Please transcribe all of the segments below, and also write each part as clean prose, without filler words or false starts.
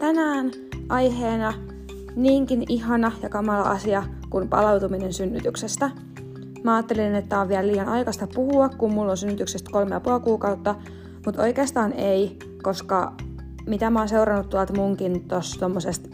tänään aiheena niinkin ihana ja kamala asia kuin palautuminen synnytyksestä. Mä ajattelin, että on vielä liian aikaista puhua, kun mulla on synnytyksestä 3,5 kuukautta, mutta oikeastaan ei, koska mitä mä oon seurannut tuolta munkin tommosesta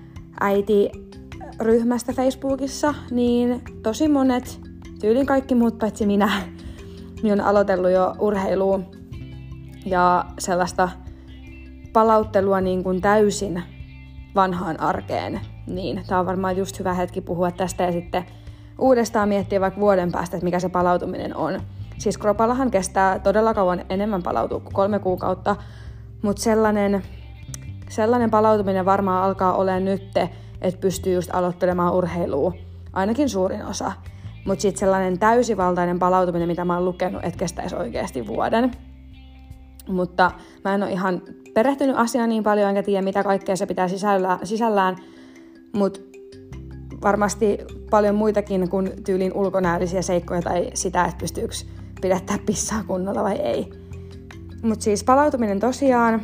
äitiryhmästä Facebookissa, niin tosi monet, tyylin kaikki muut paitsi minä, niin on aloitellut jo urheilua ja sellaista palauttelua niin kuin täysin vanhaan arkeen. Niin, tää on varmaan just hyvä hetki puhua tästä ja sitten uudestaan miettiä vaikka vuoden päästä, että mikä se palautuminen on. Siis kropallahan kestää todella kauan enemmän palautua kuin 3 kuukautta, mutta sellainen palautuminen varmaan alkaa olemaan nyt, että pystyy just aloittelemaan urheilua, ainakin suurin osa. Mutta sitten sellainen täysivaltainen palautuminen, mitä mä oon lukenut, että kestäisi oikeasti vuoden. Mutta mä en ole ihan perehtynyt asiaan niin paljon, enkä tiedä mitä kaikkea se pitää sisällään. Mutta varmasti paljon muitakin kuin tyylin ulkonäöllisiä seikkoja tai sitä, että pystyykö pidättää pissaa kunnolla vai ei. Mutta siis palautuminen tosiaan.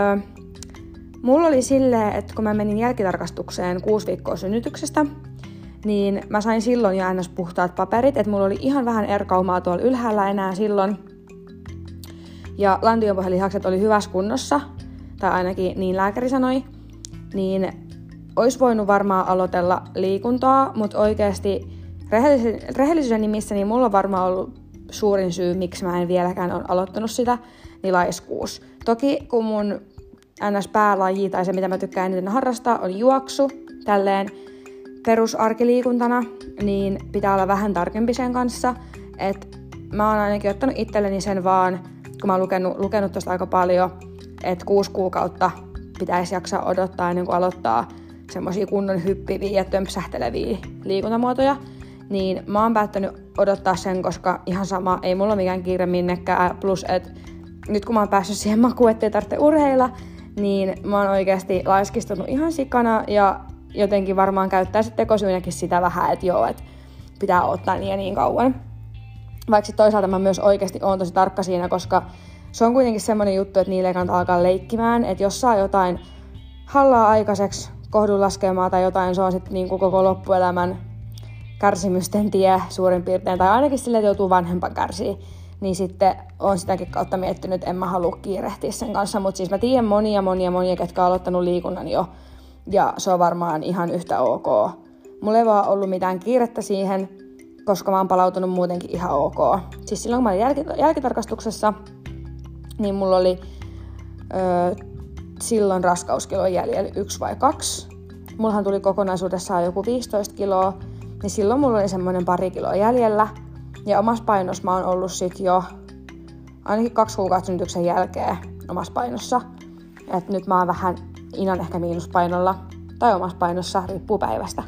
Mulla oli silleen, että kun mä menin jälkitarkastukseen 6 viikkoa synnytyksestä, niin mä sain silloin jo ns. Puhtaat paperit, että mulla oli ihan vähän erkaumaa tuolla ylhäällä enää silloin. Ja lantiopohjalihakset oli hyvässä kunnossa, tai ainakin niin lääkäri sanoi, niin olisi voinut varmaan aloitella liikuntaa, mutta oikeasti rehellisyyden nimissä niin mulla on varmaan ollut suurin syy, miksi mä en vieläkään ole aloittanut sitä, niin laiskuus. Toki kun mun NS-päälaji tai se, mitä mä tykkään eniten harrastaa, on juoksu, tälleen perusarkiliikuntana, niin pitää olla vähän tarkempi sen kanssa. Et mä oon ainakin ottanut itselleni sen vaan, kun mä oon lukenut tosta aika paljon, että 6 kuukautta pitäisi jaksaa odottaa ennen kuin aloittaa semmosia kunnon hyppiviä ja tömpsähteleviä liikuntamuotoja. Niin mä oon päättänyt odottaa sen, koska ihan sama, ei mulla ole mikään kiire minnekään. Plus, että nyt kun mä oon päässyt siihen makuun, ettei tarvitse urheilla, niin mä oon oikeasti laiskistunut ihan sikana ja jotenkin varmaan käyttää sitten tekosyynäkin sitä vähän, että joo, että pitää ottaa niin ja niin kauan. Vaikka toisaalta mä myös oikeasti oon tosi tarkka siinä, koska se on kuitenkin semmoinen juttu, että niille ei kannata alkaa leikkimään, että jos saa jotain hallaa aikaiseksi, kohdun laskemaa tai jotain, se on sitten niin kuin koko loppuelämän kärsimysten tie suurin piirtein, tai ainakin sille, että joutuu vanhempan kärsiä, niin sitten on sitäkin kautta miettinyt, että en mä halua kiirehtiä sen kanssa, mutta siis mä tiedän monia, ketkä on aloittanut liikunnan jo, ja se on varmaan ihan yhtä ok. Mulla ei vaan ollut mitään kiirettä siihen, koska mä oon palautunut muutenkin ihan ok. Siis silloin kun mä olin jälkitarkastuksessa, niin mulla oli silloin raskauskilon jäljellä 1 vai 2. Mullahan tuli kokonaisuudessaan joku 15 kiloa, niin silloin mulla oli semmoinen 2 kiloa jäljellä. Ja omassa painossa mä oon ollut sit jo ainakin 2 kuukautta synnytyksen jälkeen omassa painossa. Et nyt mä oon vähän inan ehkä miinuspainolla tai omassa painossa, riippuu päivästä.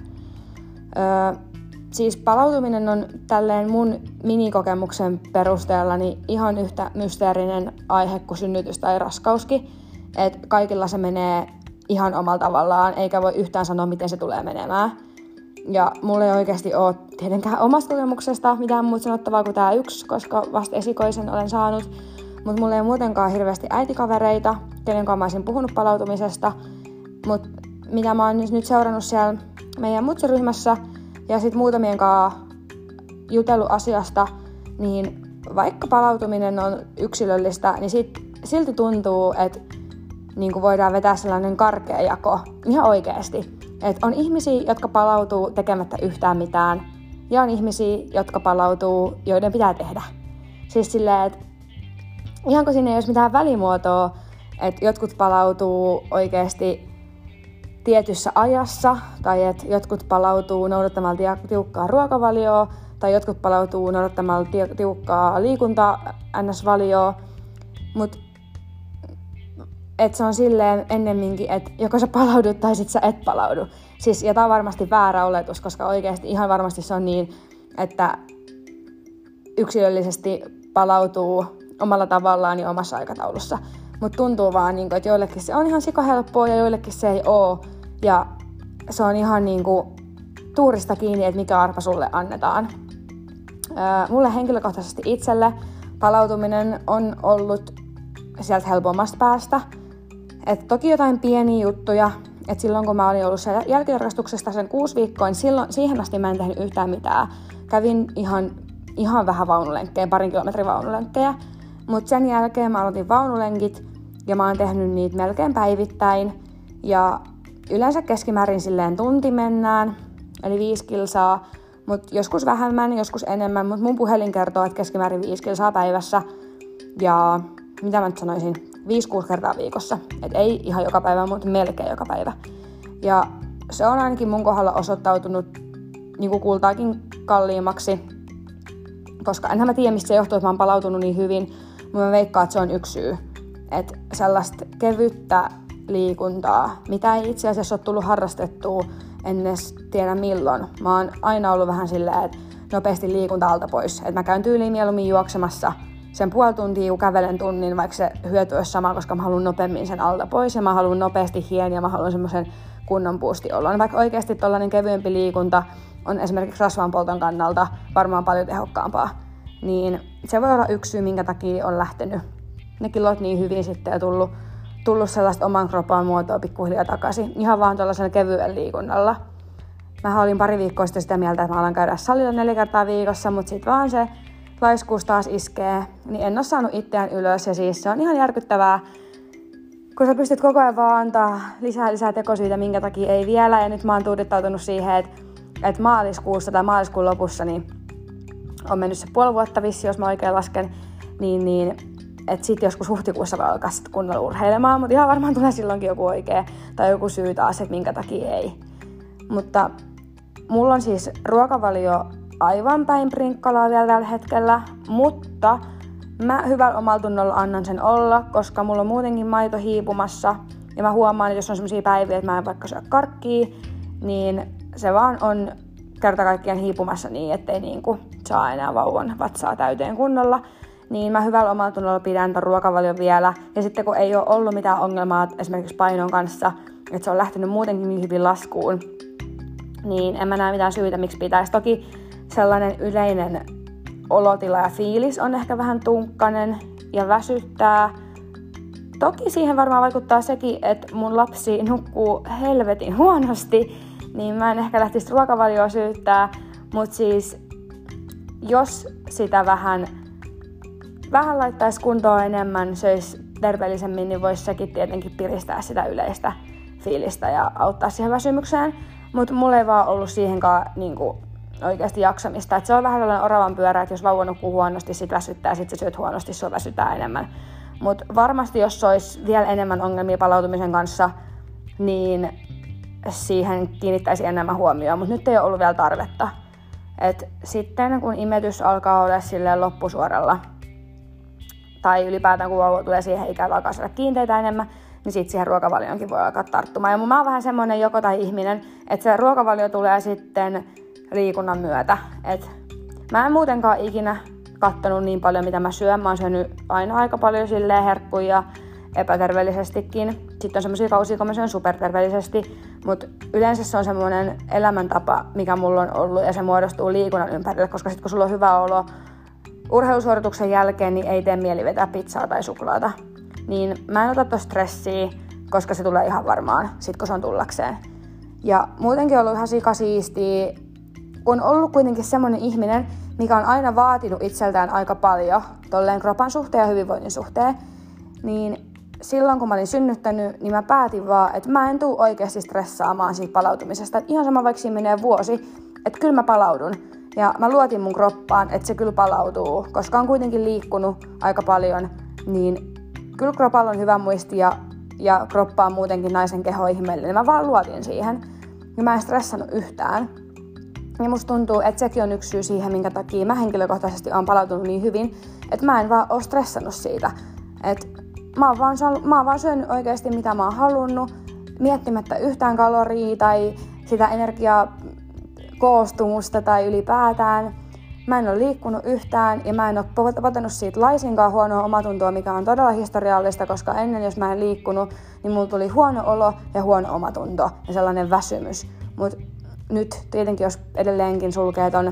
Siis palautuminen on tälleen mun minikokemuksen perusteella niin ihan yhtä mysteerinen aihe kuin synnytys tai raskauskin. Et kaikilla se menee ihan omalla tavallaan, eikä voi yhtään sanoa, miten se tulee menemään. Ja mulla ei oikeasti ole tietenkään omasta kokemuksesta mitään muuta sanottavaa kuin tää yksi, koska vasta esikoisen olen saanut. Mutta mulla ei muutenkaan hirveästi äitikavereita, kenen kanssa mä olisin puhunut palautumisesta. Mutta mitä mä oon nyt seurannut siellä meidän mutseryhmässä ja sit muutamien kanssa jutellut asiasta, niin vaikka palautuminen on yksilöllistä, niin silti tuntuu, että niin voidaan vetää sellainen karkea jako ihan oikeasti. Että on ihmisiä, jotka palautuu tekemättä yhtään mitään, ja on ihmisiä, jotka palautuu, joiden pitää tehdä. Siis silleen, että ihan kun siinä ei olisi mitään välimuotoa, että jotkut palautuu oikeasti tietyssä ajassa, tai että jotkut palautuu noudattamalla tiukkaa ruokavalioa, tai jotkut palautuu noudattamalla tiukkaa liikunta-NS-valioa, mutta että se on silleen ennemminkin, että joko sä palaudut tai sit sä et palaudu. Siis, ja tää on varmasti väärä oletus, koska oikeasti ihan varmasti se on niin, että yksilöllisesti palautuu omalla tavallaan ja omassa aikataulussa. Mutta tuntuu vaan, niin kuin, että joillekin se on ihan sikahelppoa ja joillekin se ei oo. Ja se on ihan niin kuin tuurista kiinni, että mikä arpa sulle annetaan. Mulle henkilökohtaisesti itselle palautuminen on ollut sieltä helpommasta päästä. Et toki jotain pieniä juttuja, että silloin kun mä olin ollut siellä jälkitarkastuksesta sen 6 viikkoa, niin siihen asti mä en tehnyt yhtään mitään. Kävin ihan vähän vaunulenkkejä, 2 kilometrin vaunulenkkejä, mutta sen jälkeen mä aloitin vaunulenkit ja mä oon tehnyt niitä melkein päivittäin. Ja yleensä keskimäärin silleen tunti mennään, eli 5 kilsaa, mutta joskus vähemmän, joskus enemmän, mutta mun puhelin kertoo, että keskimäärin 5 kilsaa päivässä. Ja mitä mä nyt sanoisin, 5-6 kertaa viikossa. Et ei ihan joka päivä, mutta melkein joka päivä. Ja se on ainakin mun kohdalla osoittautunut niin kuin kultaakin kalliimmaksi, koska enhän mä tiedä, mistä se johtuu, että mä oon palautunut niin hyvin, mutta mä veikkaan, että se on yksi syy. Että sellaista kevyttä liikuntaa, mitä ei itse asiassa ole tullut harrastettua en edes tiedä milloin. Mä oon aina ollut vähän silleen, että nopeasti liikunta alta pois. Että mä käyn tyyliin mieluummin juoksemassa sen puoli tuntia, kun kävelen tunnin, vaikka se hyöty olisi sama, koska mä haluan nopeammin sen alta pois ja mä haluan nopeasti hieniä, mä haluan semmoisen kunnon boosti-olon. Vaikka oikeasti tollainen kevyempi liikunta on esimerkiksi rasvanpolton kannalta varmaan paljon tehokkaampaa. Niin se voi olla yksi syy, minkä takia on lähtenyt ne kilot niin hyvin sitten ja tullut sellaista oman kropan muotoa pikkuhiljaa takaisin. Ihan vaan tuollaisella kevyellä liikunnalla. Mä olin 2 viikkoa sitten sitä mieltä, että mä alan käydä salilla 4 kertaa viikossa, mutta sit vaan se laiskuus taas iskee, niin en ole saanut itseään ylös. Ja siis se on ihan järkyttävää, kun sä pystyt koko ajan vaan antaa lisää tekosyitä, minkä takia ei vielä. Ja nyt mä oon tuudittautunut siihen, että maaliskuussa tai maaliskuun lopussa niin on mennyt se puoli vuotta vissi, jos mä oikein lasken, niin että sit joskus huhtikuussa voi alkaa sit kunnolla urheilemaan, mutta ihan varmaan tulee silloinkin joku oikea tai joku syy taas, että minkä takia ei. Mutta mulla on siis ruokavalio aivan päin prinkkalaa vielä tällä hetkellä, mutta mä hyvällä omaltunnolla annan sen olla, koska mulla on muutenkin maito hiipumassa ja mä huomaan, että jos on sellaisia päiviä, että mä en vaikka syö karkkia, niin se vaan on kerta kaikkiaan hiipumassa niin, ettei niinku saa enää vauvan vatsaa täyteen kunnolla. Niin mä hyvällä omaltunnolla pidän ton ruokavalion vielä. Ja sitten kun ei ole ollut mitään ongelmaa esimerkiksi painon kanssa, että se on lähtenyt muutenkin niin hyvin laskuun, niin en mä näe mitään syytä, miksi pitäisi. Toki sellainen yleinen olotila ja fiilis on ehkä vähän tunkkanen ja väsyttää. Toki siihen varmaan vaikuttaa sekin, että mun lapsi nukkuu helvetin huonosti, niin mä en ehkä lähtisi ruokavalioa syyttää. Mutta siis jos sitä vähän laittaisi kuntoon enemmän, söisi terveellisemmin, niin voisi sekin tietenkin piristää sitä yleistä fiilistä ja auttaa siihen väsymykseen. Mutta mulla ei vaan ollut siihenkaan niinku oikeasti jaksamista. Et se on vähän sellainen oravan pyörä, että jos vauva nukkuu huonosti, sit väsyttää, sit sä syöt huonosti, se väsyttää enemmän. Mutta varmasti jos olisi vielä enemmän ongelmia palautumisen kanssa, niin siihen kiinnittäisi enemmän huomioon. Mutta nyt ei ole ollut vielä tarvetta. Et sitten kun imetys alkaa olla silleen loppusuoralla, tai ylipäätään kun vauva tulee siihen ikään alkaa saada kiinteitä enemmän, niin sitten siihen ruokavalioonkin voi alkaa tarttumaan. Ja mä oon vähän semmoinen joko tai ihminen, että se ruokavalio tulee sitten liikunnan myötä. Et mä en muutenkaan ikinä kattonut niin paljon, mitä mä syön. Mä oon syönyt aina aika paljon silleen herkkuja epäterveellisestikin. Sitten on semmoisia kausia, kun mä syön superterveellisesti. Mutta yleensä se on semmoinen elämäntapa, mikä mulla on ollut, ja se muodostuu liikunnan ympärille, koska sitten kun sulla on hyvä olo urheilusuorituksen jälkeen, niin ei tee mieli vetää pizzaa tai suklaata. Niin mä en ota tosta stressiä, koska se tulee ihan varmaan, sit kun se on tullakseen. Ja muutenkin on ollut ihan sikasiistiä, kun on ollut kuitenkin semmoinen ihminen, mikä on aina vaatinut itseltään aika paljon tolleen kropan suhteen ja hyvinvoinnin suhteen, niin silloin kun mä olin synnyttänyt, niin mä päätin vaan, että mä en tule oikeasti stressaamaan siitä palautumisesta. Et ihan sama, vaikka siinä menee vuosi, että kyllä mä palaudun. Ja mä luotin mun kroppaan, että se kyllä palautuu, koska on kuitenkin liikkunut aika paljon, niin kyllä kropalla on hyvä muisti ja kroppa on muutenkin naisen keho ihmeellinen. Mä vaan luotin siihen ja mä en stressannut yhtään. Ja musta tuntuu, että sekin on yksi syy siihen, minkä takia mä henkilökohtaisesti oon palautunut niin hyvin, että mä en vaan oo stressannut siitä. Et mä oon vaan syönyt oikeasti mitä mä oon halunnut, miettimättä yhtään kaloria tai sitä energiakoostumusta tai ylipäätään. Mä en ole liikkunut yhtään ja mä en ole potenut siitä laisinkaan huonoa omatuntoa, mikä on todella historiallista, koska ennen jos mä en liikkunut, niin mulla tuli huono olo ja huono omatunto ja sellainen väsymys. Mut nyt tietenkin, jos edelleenkin sulkee ton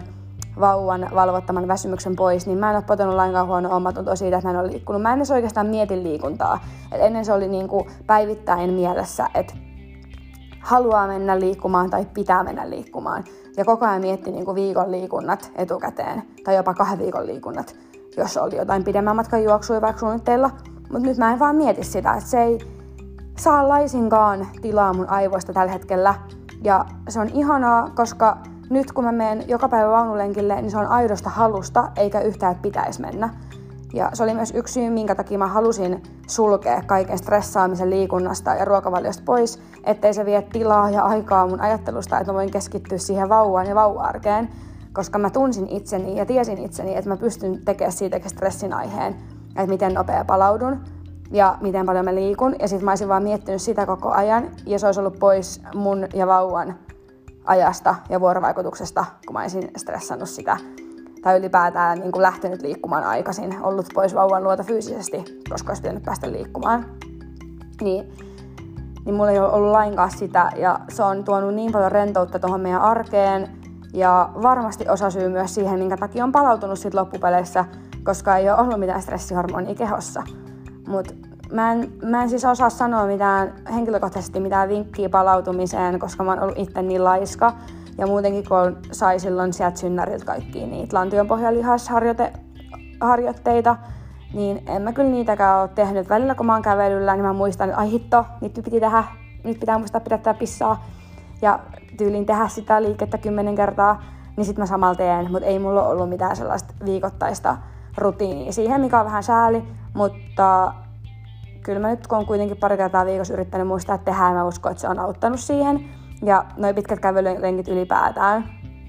vauvan valvottaman väsymyksen pois, niin mä en ole potonut lainkaan huono omatuntoa siitä, että mä en ole liikkunut. Mä en edes oikeastaan mieti liikuntaa. Et ennen se oli niinku päivittäin mielessä, että haluaa mennä liikkumaan tai pitää mennä liikkumaan. Ja koko ajan mietti niinku viikon liikunnat etukäteen, tai jopa 2 viikon liikunnat, jos oli jotain pidemmän matkan juoksua vaikka suunnitteilla. Mutta nyt mä en vaan mieti sitä, että se ei saa laisinkaan tilaa mun aivoista tällä hetkellä. Ja se on ihanaa, koska nyt kun mä menen joka päivä vaunulenkille, niin se on aidosta halusta, eikä yhtään pitäisi mennä. Ja se oli myös yksi syy, minkä takia mä halusin sulkea kaiken stressaamisen liikunnasta ja ruokavaliosta pois, ettei se vie tilaa ja aikaa mun ajattelusta, että mä voin keskittyä siihen vauvaan ja vauva-arkeen, koska mä tunsin itseni ja tiesin itseni, että mä pystyn tekemään siitä stressin aiheen, että miten nopea palaudun ja miten paljon mä liikun. Ja sit mä olisin vaan miettinyt sitä koko ajan, ja se olisi ollut pois mun ja vauvan ajasta ja vuorovaikutuksesta, kun mä olisin stressannut sitä. Tai ylipäätään niin kuin lähtenyt liikkumaan aikaisin, ollut pois vauvan luota fyysisesti, koska olisi pitänyt päästä liikkumaan. Niin mulla ei ole ollut lainkaan sitä, ja se on tuonut niin paljon rentoutta tuohon meidän arkeen, ja varmasti osasyy myös siihen, minkä takia on palautunut sit loppupeleissä, koska ei ole ollut mitään stressihormonia kehossa. Mut mä en siis osaa sanoa henkilökohtaisesti mitään vinkkiä palautumiseen, koska mä oon ollut itse niin laiska. Ja muutenkin kun sai silloin sieltä synnäriltä kaikkia niitä lantionpohjalihasharjoitteita, niin en mä kyllä niitäkään ole tehnyt. Välillä kun mä oon kävelyllä, niin mä muistan, että ai hitto, nyt pitää muistaa pidättää pissaa. Ja tyylin tehdä sitä liikettä 10 kertaa, niin sit mä samalla teen. Mutta ei mulla ollut mitään sellaista viikoittaista rutiinia siihen, mikä on vähän sääli. Mutta kyllä mä nyt kun on kuitenkin pari kertaa viikossa yrittänyt muistaa tehdä, ja mä uskon, että se on auttanut siihen. Ja noi pitkät kävelylenkit ylipäätään.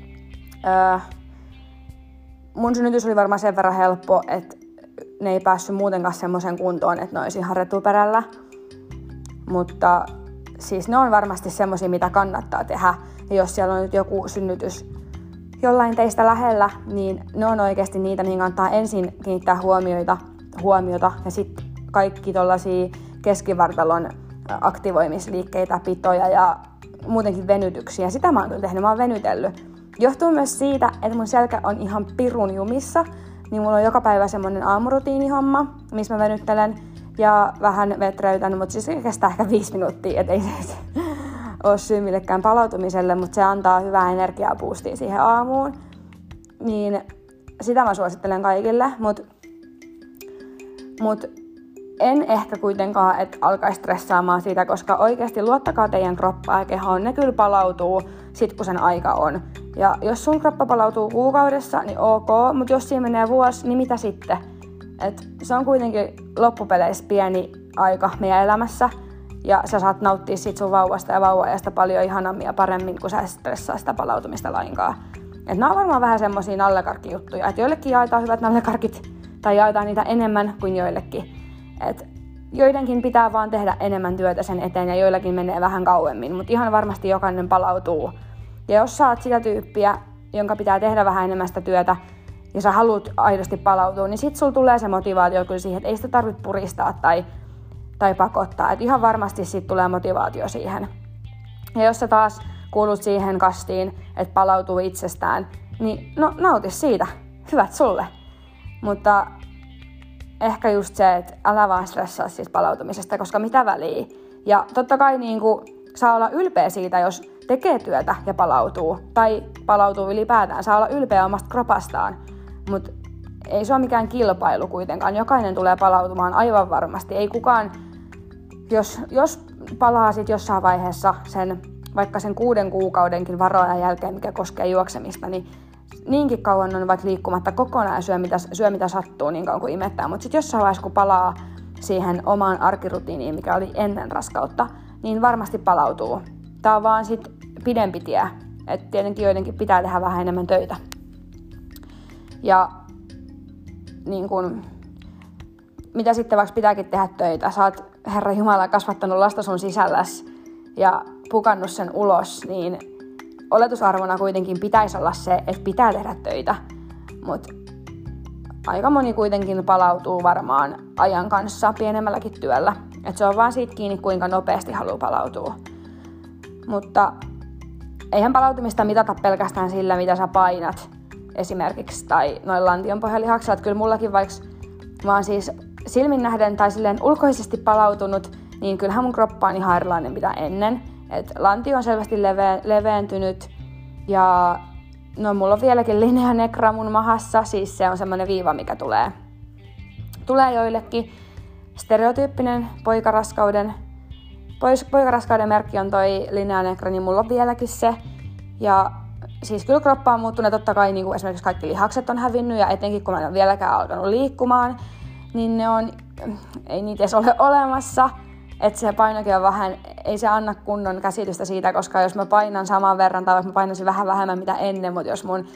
Mun synnytys oli varmaan sen verran helppo, että ne ei päässyt muutenkaan semmoisen kuntoon, että ne olisi ihan retuperällä. Mutta siis ne on varmasti semmosia, mitä kannattaa tehdä. Ja jos siellä on nyt joku synnytys jollain teistä lähellä, niin ne on oikeasti niitä, mihin kannattaa ensin kiinnittää huomiota. Ja sitten kaikki tollasia keskivartalon aktivoimisliikkeitä, pitoja ja muutenkin venytyksiä. Sitä mä oon kyllä tehnyt, mä oon venytellyt. Johtuu myös siitä, että mun selkä on ihan pirun jumissa, niin mulla on joka päivä semmonen aamurutiinihomma, missä mä venyttelen ja vähän vetreytän, mutta siis se kestää ehkä 5 minuuttia, et ei se ole syy millekään palautumiselle, mutta se antaa hyvää energiaa boostia siihen aamuun. Niin sitä mä suosittelen kaikille, mut en ehkä kuitenkaan, että alkaisi stressaamaan siitä, koska oikeasti luottakaa teidän kroppaa ja kehoon. Ne kyllä palautuu sit, kun sen aika on. Ja jos sun kroppa palautuu kuukaudessa, niin ok, mutta jos siinä menee vuosi, niin mitä sitten? Et se on kuitenkin loppupeleissä pieni aika meidän elämässä. Ja sä saat nauttia siitä sun vauvasta ja vauva-ajasta paljon ihanammin ja paremmin, kun sä stressaa sitä palautumista lainkaan. Et nämä on varmaan vähän semmosia nallekarkkijuttuja, että joillekin jaetaan hyvät nallekarkit tai jaetaan niitä enemmän kuin joillekin. Et joidenkin pitää vaan tehdä enemmän työtä sen eteen ja joillakin menee vähän kauemmin, mutta ihan varmasti jokainen palautuu. Ja jos sä oot sitä tyyppiä, jonka pitää tehdä vähän enemmän sitä työtä ja sä haluat aidosti palautua, niin sit sulla tulee se motivaatio kyllä siihen, että ei sitä tarvitse puristaa tai pakottaa. Et ihan varmasti sit tulee motivaatio siihen. Ja jos sä taas kuulut siihen kastiin, että palautuu itsestään, niin no nauti siitä. Hyvät sulle. Mutta ehkä just se, että älä vaan stressaa siitä palautumisesta, koska mitä väliä. Ja totta kai niinku, saa olla ylpeä siitä, jos tekee työtä ja palautuu. Tai palautuu ylipäätään. Saa olla ylpeä omasta kropastaan. Mutta ei se ole mikään kilpailu kuitenkaan. Jokainen tulee palautumaan aivan varmasti. Ei kukaan, jos palaa sit jossain vaiheessa vaikka sen 6 kuukaudenkin varoajan jälkeen, mikä koskee juoksemista, niin niinkin kauan on vaikka liikkumatta kokonaan ja syö mitä sattuu niin kauan kuin imettää. Mutta sitten jossain vaiheessa, kun palaa siihen omaan arkirutiiniin, mikä oli ennen raskautta, niin varmasti palautuu. Tää on vaan sit pidempi tie. Et tietenkin joidenkin pitää tehdä vähän enemmän töitä. Ja niin kun, mitä sitten vaikka pitääkin tehdä töitä? Sä oot Herra Jumala kasvattanut lasta sun sisälläs ja pukannut sen ulos, niin oletusarvona kuitenkin pitäisi olla se, että pitää tehdä töitä, mutta aika moni kuitenkin palautuu varmaan ajan kanssa pienemmälläkin työllä. Et se on vaan siitä kiinni, kuinka nopeasti haluaa palautua. Mutta eihän palautumista mitata pelkästään sillä, mitä sä painat. esimerkiksi, tai noin lantionpohjalihakset. Että kyllä mullakin vaikka mä oon siis silmin nähden tai silleen ulkoisesti palautunut, niin kyllähän mun kroppa on ihan erilainen mitä ennen. Et lantio on selvästi leveentynyt ja no mulla on vieläkin linea negra mun mahassa, siis se on semmoinen viiva, mikä tulee joillekin. Stereotyyppinen poikaraskauden merkki on toi linea negra, niin mulla on vieläkin se. Ja siis kyllä kroppa on muuttunut, totta kai niin kuin esimerkiksi kaikki lihakset on hävinnyt ja etenkin kun mä en ole vieläkään alkanut liikkumaan, niin ei niitä edes ole olemassa. Että se painokin on vähän, ei se anna kunnon käsitystä siitä, koska jos mä painan saman verran tai mä painasin vähän vähemmän mitä ennen, mutta jos mun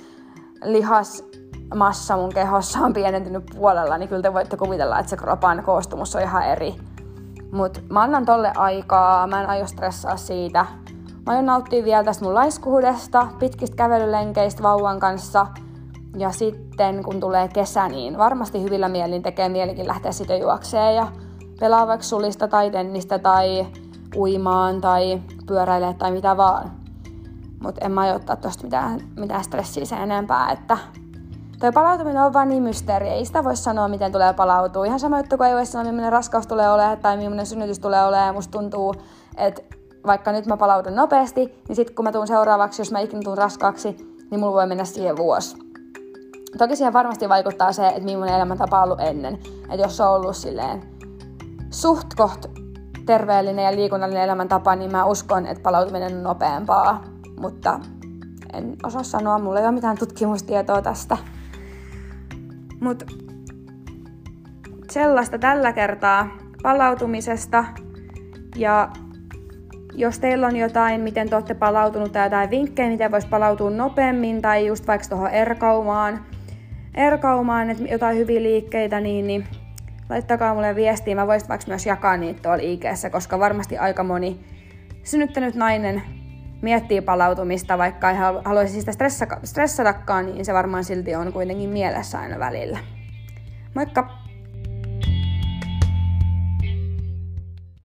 lihasmassa mun kehossa on pienentynyt puolella, niin kyllä te voitte kuvitella, että se kropan koostumus on ihan eri. Mutta mä annan tolle aikaa, mä en aio stressaa siitä. Mä aion nauttia vielä tästä mun laiskuudesta, pitkistä kävelylenkeistä vauvan kanssa. Ja sitten kun tulee kesä, niin varmasti hyvillä mielin tekee mielikin lähteä sitten juokseen ja pelaa vaikka sulista tai tennistä tai uimaan tai pyöräilee tai mitä vaan. Mutta en mä aio ottaa tosta mitään stressiä sen enempää, että toi palautuminen on vaan niin mysteeri. Ei sitä voi sanoa, miten tulee palautua. Ihan sama juttu, kun ei voi sanoa, millainen raskaus tulee olemaan tai millainen synnytys tulee olemaan. Musta tuntuu, että vaikka nyt mä palaudun nopeasti, niin sitten kun mä tuun seuraavaksi, jos mä ikinä tuun raskaaksi, niin mulla voi mennä siihen vuosi. Toki siihen varmasti vaikuttaa se, että millainen elämäntapa on ollut ennen. Että jos on ollut silleen suht koht terveellinen ja liikunnallinen elämäntapa, niin mä uskon, että palautuminen on nopeampaa. Mutta en osaa sanoa, mulla ei ole mitään tutkimustietoa tästä. Mutta sellaista tällä kertaa palautumisesta. Ja jos teillä on jotain, miten te olette palautunut tai jotain vinkkejä, miten voisi palautua nopeammin tai just vaikka tuohon erkaumaan, että jotain hyviä liikkeitä, niin laittakaa mulle viestiä. Mä voisin vaikka myös jakaa niitä tuolla IG:ssä, koska varmasti aika moni synnyttänyt nainen miettii palautumista, vaikka ei haluaisi sitä stressatakaan, niin se varmaan silti on kuitenkin mielessä aina välillä. Moikka!